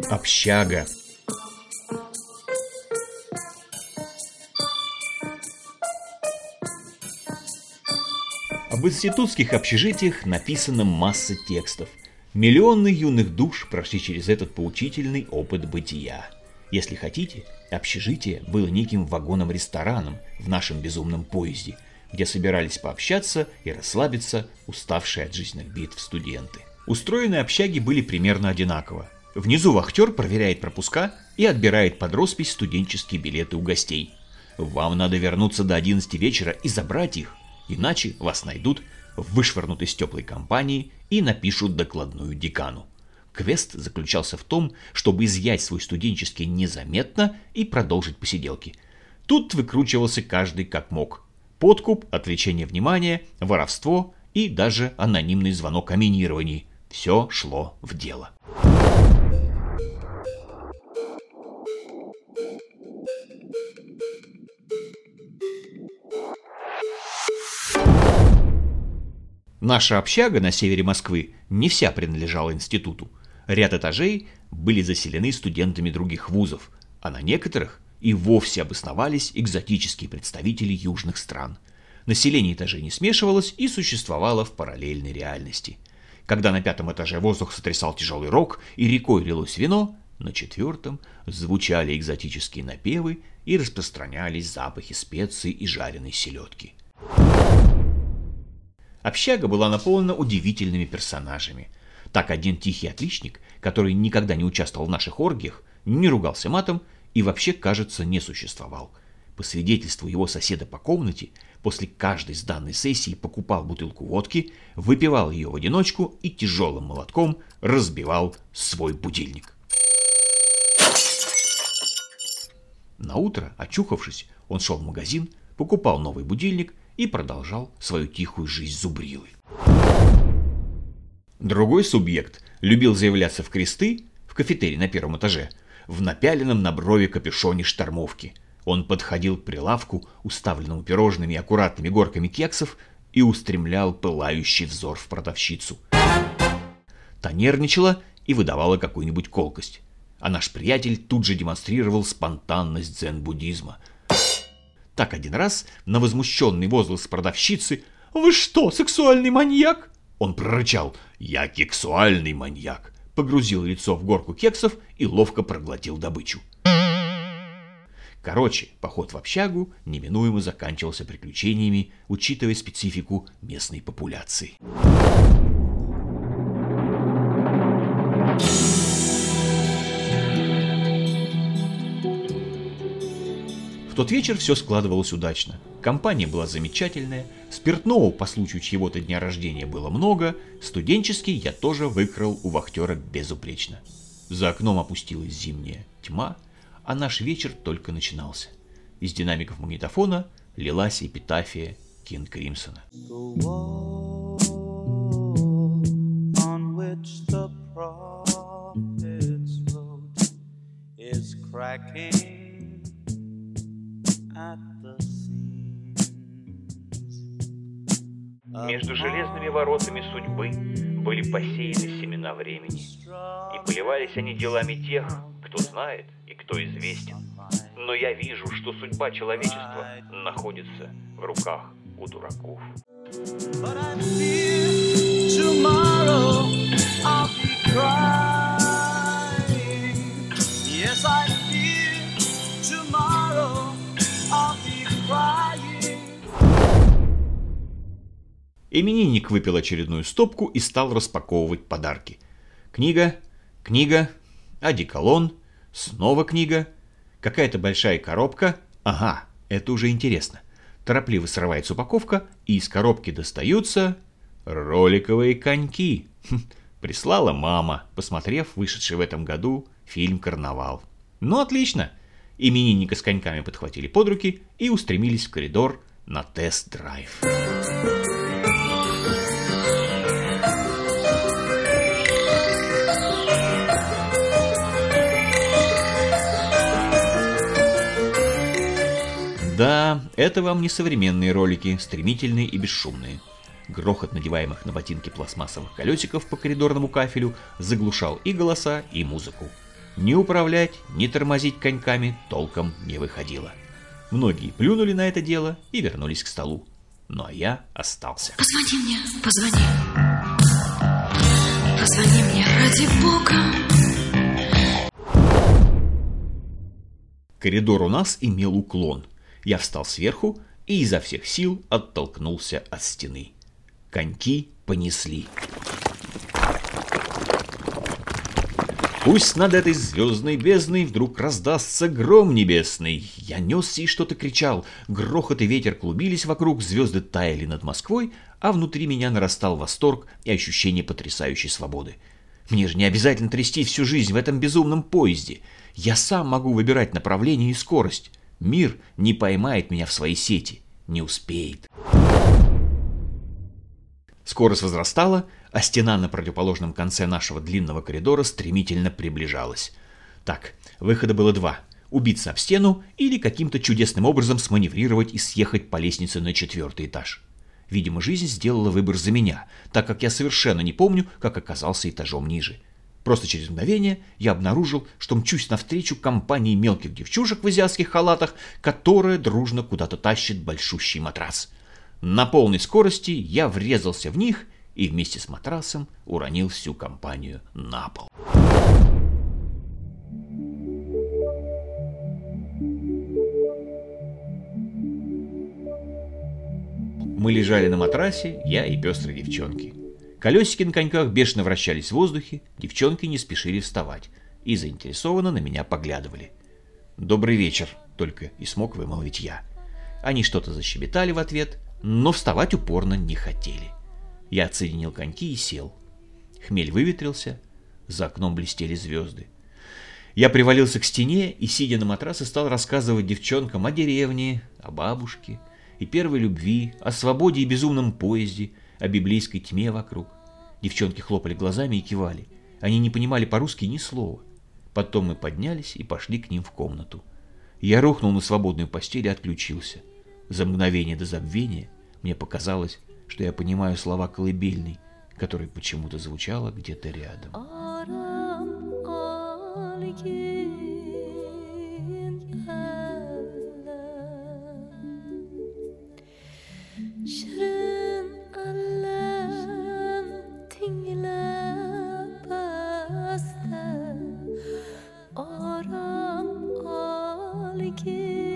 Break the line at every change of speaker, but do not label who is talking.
Общага. Об институтских общежитиях написана масса текстов. Миллионы юных душ прошли через этот поучительный опыт бытия. Если хотите, общежитие было неким вагоном-рестораном в нашем безумном поезде, где собирались пообщаться и расслабиться уставшие от жизненных битв студенты. Устроены общаги были примерно одинаково. Внизу вахтер проверяет пропуска и отбирает под роспись студенческие билеты у гостей. Вам надо вернуться до 11 вечера и забрать их, иначе вас найдут, вышвырнут из теплой компании и напишут докладную декану. Квест заключался в том, чтобы изъять свой студенческий незаметно и продолжить посиделки. Тут выкручивался каждый как мог. Подкуп, отвлечение внимания, воровство и даже анонимный звонок о минировании. Все шло в дело. Наша общага на севере Москвы не вся принадлежала институту. Ряд этажей были заселены студентами других вузов, а на некоторых и вовсе обосновались экзотические представители южных стран. Население этажей не смешивалось и существовало в параллельной реальности. Когда на 5-м этаже воздух сотрясал тяжелый рок и рекой лилось вино, на 4-м звучали экзотические напевы и распространялись запахи специй и жареной селедки. Общага была наполнена удивительными персонажами. Так один тихий отличник, который никогда не участвовал в наших оргиях, не ругался матом и вообще, кажется, не существовал. По свидетельству его соседа по комнате, после каждой сданной сессии покупал бутылку водки, выпивал ее в одиночку и тяжелым молотком разбивал свой будильник. Наутро, очухавшись, он шел в магазин, покупал новый будильник и продолжал свою тихую жизнь зубрилы. Другой субъект любил заявляться в кресты, в кафетерии на 1-м этаже, в напяленном на брови капюшоне штормовки. Он подходил к прилавку, уставленному пирожными и аккуратными горками кексов, и устремлял пылающий взор в продавщицу. Та нервничала и выдавала какую-нибудь колкость, а наш приятель тут же демонстрировал спонтанность дзен-буддизма. Так один раз на возмущенный возглас продавщицы «Вы что, сексуальный маньяк?» Он прорычал «Я кексуальный маньяк», погрузил лицо в горку кексов и ловко проглотил добычу. Короче, поход в общагу неминуемо заканчивался приключениями, учитывая специфику местной популяции. В тот вечер все складывалось удачно. Компания была замечательная, спиртного по случаю чьего-то дня рождения было много, студенческий я тоже выкрал у вахтера безупречно. За окном опустилась зимняя тьма, а наш вечер только начинался. Из динамиков магнитофона лилась эпитафия Кинг Кримсона.
Между железными воротами судьбы были посеяны семена времени, и поливались они делами тех, кто знает и кто известен. Но я вижу, что судьба человечества находится в руках у дураков.
Именинник выпил очередную стопку и стал распаковывать подарки. Книга, одеколон, снова книга, какая-то большая коробка. Ага, это уже интересно. Торопливо срывается упаковка, и из коробки достаются роликовые коньки. Прислала мама, посмотрев вышедший в этом году фильм «Карнавал». Ну отлично. Именинника с коньками подхватили под руки и устремились в коридор на тест-драйв. Да, это вам не современные ролики, стремительные и бесшумные. Грохот надеваемых на ботинки пластмассовых колесиков по коридорному кафелю заглушал и голоса, и музыку. Ни управлять, ни тормозить коньками толком не выходило. Многие плюнули на это дело и вернулись к столу. Ну а я остался.
Позвони мне, позвони. Позвони мне, ради бога.
Коридор у нас имел уклон. Я встал сверху и изо всех сил оттолкнулся от стены. Коньки понесли. Пусть над этой звездной бездной вдруг раздастся гром небесный. Я несся и что-то кричал. Грохот и ветер клубились вокруг, звезды таяли над Москвой, а внутри меня нарастал восторг и ощущение потрясающей свободы. Мне же не обязательно трясти всю жизнь в этом безумном поезде. Я сам могу выбирать направление и скорость. Мир не поймает меня в свои сети, не успеет. Скорость возрастала, а стена на противоположном конце нашего длинного коридора стремительно приближалась. Так, выхода было два: убиться об стену или каким-то чудесным образом сманеврировать и съехать по лестнице на 4-й этаж. Видимо, жизнь сделала выбор за меня, так как я совершенно не помню, как оказался этажом ниже. Просто через мгновение я обнаружил, что мчусь навстречу компании мелких девчушек в азиатских халатах, которая дружно куда-то тащит большущий матрас. На полной скорости я врезался в них и вместе с матрасом уронил всю компанию на пол. Мы лежали на матрасе, я и пестрые девчонки. Колесики на коньках бешено вращались в воздухе, девчонки не спешили вставать и заинтересованно на меня поглядывали. «Добрый вечер», — только и смог вымолвить я. Они что-то защебетали в ответ, но вставать упорно не хотели. Я отсоединил коньки и сел. Хмель выветрился, за окном блестели звезды. Я привалился к стене и, сидя на матрасе, стал рассказывать девчонкам о деревне, о бабушке и первой любви, о свободе и безумном поезде, о библейской тьме вокруг. Девчонки хлопали глазами и кивали. Они не понимали по-русски ни слова. Потом мы поднялись и пошли к ним в комнату. Я рухнул на свободную постель и отключился. За мгновение до забвения мне показалось, что я понимаю слова колыбельной, которая почему-то звучала где-то рядом.
Aram al